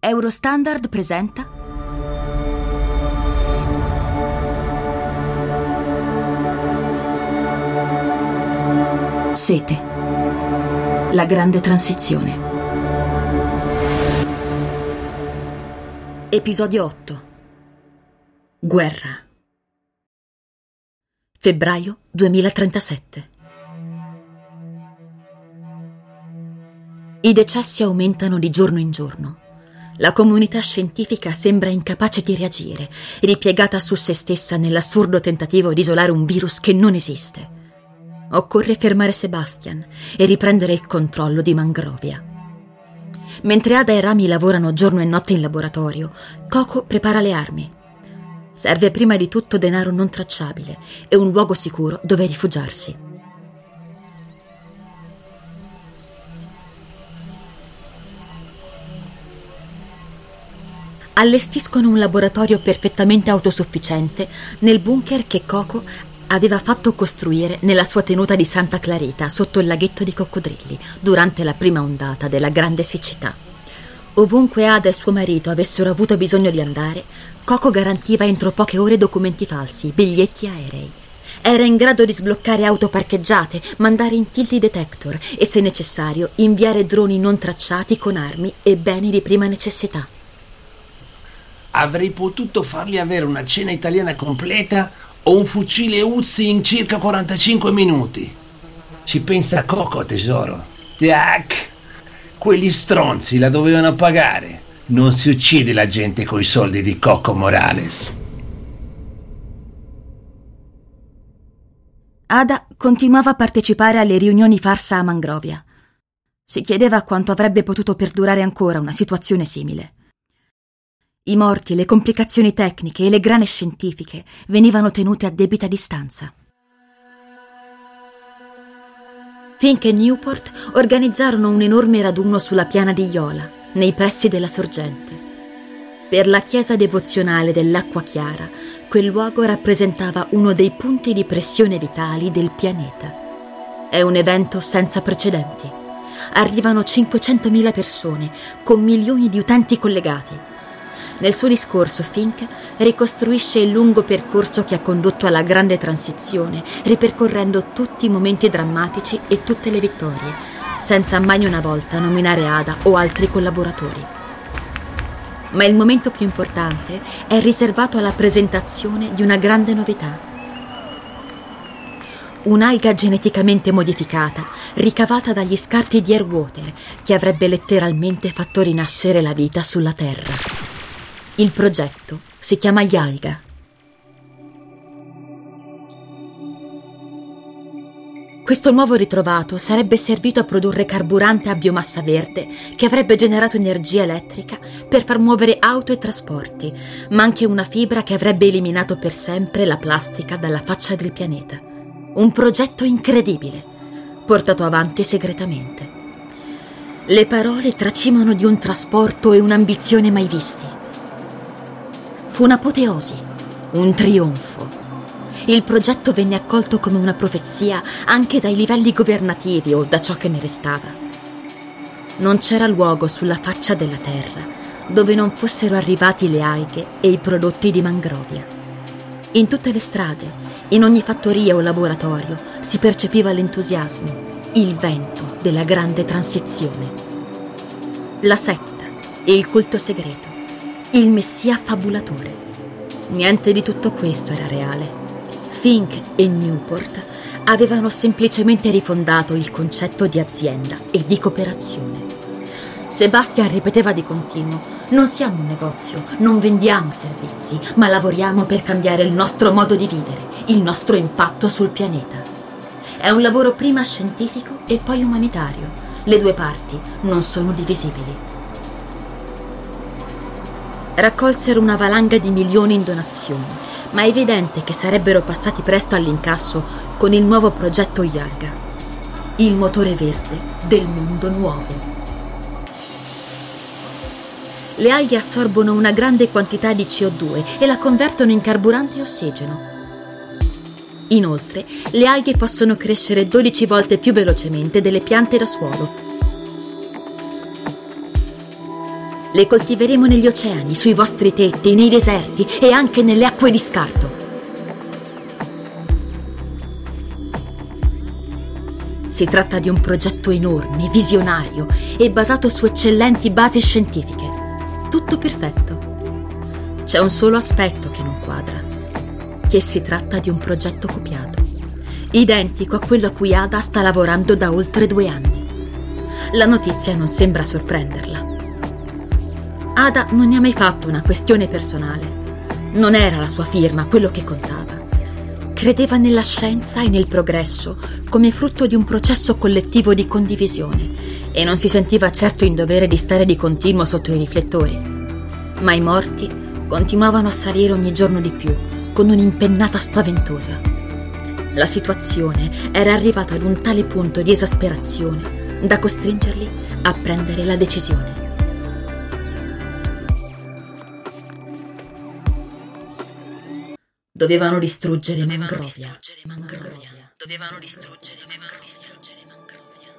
Eurostandard presenta Sete, la grande transizione. Episodio 8. Guerra. Febbraio 2037. I decessi aumentano di giorno in giorno. La comunità scientifica sembra incapace di reagire, ripiegata su se stessa nell'assurdo tentativo di isolare un virus che non esiste. Occorre fermare Sebastian e riprendere il controllo di Mangrovia. Mentre Ada e Rami lavorano giorno e notte in laboratorio, Coco prepara le armi. Serve prima di tutto denaro non tracciabile e un luogo sicuro dove rifugiarsi. Allestiscono un laboratorio perfettamente autosufficiente nel bunker che Coco aveva fatto costruire nella sua tenuta di Santa Clarita sotto il laghetto di coccodrilli durante la prima ondata della grande siccità. Ovunque Ada e suo marito avessero avuto bisogno di andare, Coco garantiva entro poche ore documenti falsi, biglietti aerei. Era in grado di sbloccare auto parcheggiate, mandare in tilti detector e, se necessario, inviare droni non tracciati con armi e beni di prima necessità. Avrei potuto fargli avere una cena italiana completa o un fucile Uzi in circa 45 minuti. Ci pensa Coco, tesoro. Tac! Quegli stronzi la dovevano pagare. Non si uccide la gente coi soldi di Coco Morales. Ada continuava a partecipare alle riunioni farsa a Mangrovia. Si chiedeva quanto avrebbe potuto perdurare ancora una situazione simile. I morti, le complicazioni tecniche e le grane scientifiche venivano tenute a debita distanza. Fink e Newport organizzarono un enorme raduno sulla piana di Iola, nei pressi della sorgente. Per la chiesa devozionale dell'Acqua Chiara, quel luogo rappresentava uno dei punti di pressione vitali del pianeta. È un evento senza precedenti. Arrivano 500.000 persone, con milioni di utenti collegati. Nel suo discorso Fink ricostruisce il lungo percorso che ha condotto alla grande transizione, ripercorrendo tutti i momenti drammatici e tutte le vittorie, senza mai una volta nominare Ada o altri collaboratori. Ma il momento più importante è riservato alla presentazione di una grande novità. Un'alga geneticamente modificata, ricavata dagli scarti di Airwater, che avrebbe letteralmente fatto rinascere la vita sulla Terra. Il progetto si chiama Yalga. Questo nuovo ritrovato sarebbe servito a produrre carburante a biomassa verde che avrebbe generato energia elettrica per far muovere auto e trasporti, ma anche una fibra che avrebbe eliminato per sempre la plastica dalla faccia del pianeta. Un progetto incredibile, portato avanti segretamente. Le parole tracimano di un trasporto e un'ambizione mai visti. Fu un'apoteosi, un trionfo. Il progetto venne accolto come una profezia anche dai livelli governativi o da ciò che ne restava. Non c'era luogo sulla faccia della terra dove non fossero arrivati le alghe e i prodotti di Mangrovia. In tutte le strade, in ogni fattoria o laboratorio si percepiva l'entusiasmo, il vento della grande transizione. La setta e il culto segreto. Il messia fabulatore. Niente di tutto questo era reale. Fink e Newport avevano semplicemente rifondato il concetto di azienda e di cooperazione. Sebastian ripeteva di continuo: non siamo un negozio, non vendiamo servizi, ma lavoriamo per cambiare il nostro modo di vivere, il nostro impatto sul pianeta. È un lavoro prima scientifico e poi umanitario. Le due parti non sono divisibili. Raccolsero una valanga di milioni in donazioni, ma è evidente che sarebbero passati presto all'incasso con il nuovo progetto Yalga, il motore verde del mondo nuovo. Le alghe assorbono una grande quantità di CO2 e la convertono in carburante e ossigeno. Inoltre, le alghe possono crescere 12 volte più velocemente delle piante da suolo. Le coltiveremo negli oceani, sui vostri tetti, nei deserti e anche nelle acque di scarto. Si tratta di un progetto enorme, visionario e basato su eccellenti basi scientifiche. Tutto perfetto. C'è un solo aspetto che non quadra, che si tratta di un progetto copiato, identico a quello a cui Ada sta lavorando da oltre 2 anni. La notizia non sembra sorprenderla. Ada non ne ha mai fatto una questione personale. Non era la sua firma quello che contava. Credeva nella scienza e nel progresso come frutto di un processo collettivo di condivisione e non si sentiva certo in dovere di stare di continuo sotto i riflettori. Ma i morti continuavano a salire ogni giorno di più, con un'impennata spaventosa. La situazione era arrivata ad un tale punto di esasperazione da costringerli a prendere la decisione. Dovevano distruggere Mangrovia. Dovevano distruggere Mangrovia.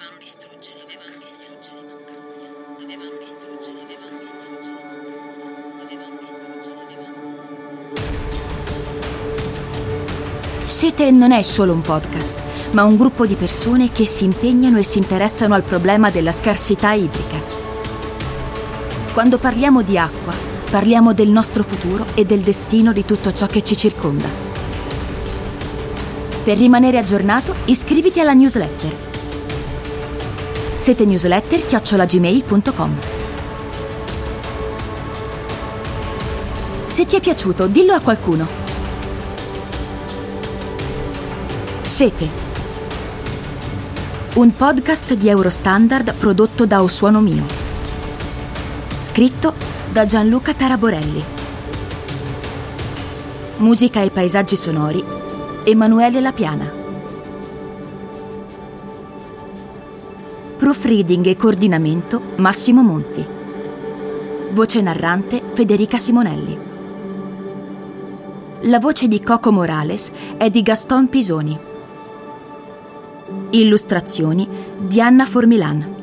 Sete non è solo un podcast, ma un gruppo di persone che si impegnano e si interessano al problema della scarsità idrica. Quando parliamo di acqua, parliamo del nostro futuro e del destino di tutto ciò che ci circonda. Per rimanere aggiornato, iscriviti alla newsletter. setenewsletter@gmail.com. Se ti è piaciuto, dillo a qualcuno. Sete, un podcast di Eurostandard prodotto da O Suono Mio. Scritto da Gianluca Taraborelli. Musica e paesaggi sonori Emanuele Lapiana. Proofreading e coordinamento Massimo Monti. Voce narrante Federica Simonelli. La voce di Coco Morales è di Gaston Pisoni. Illustrazioni di Anna Formilan.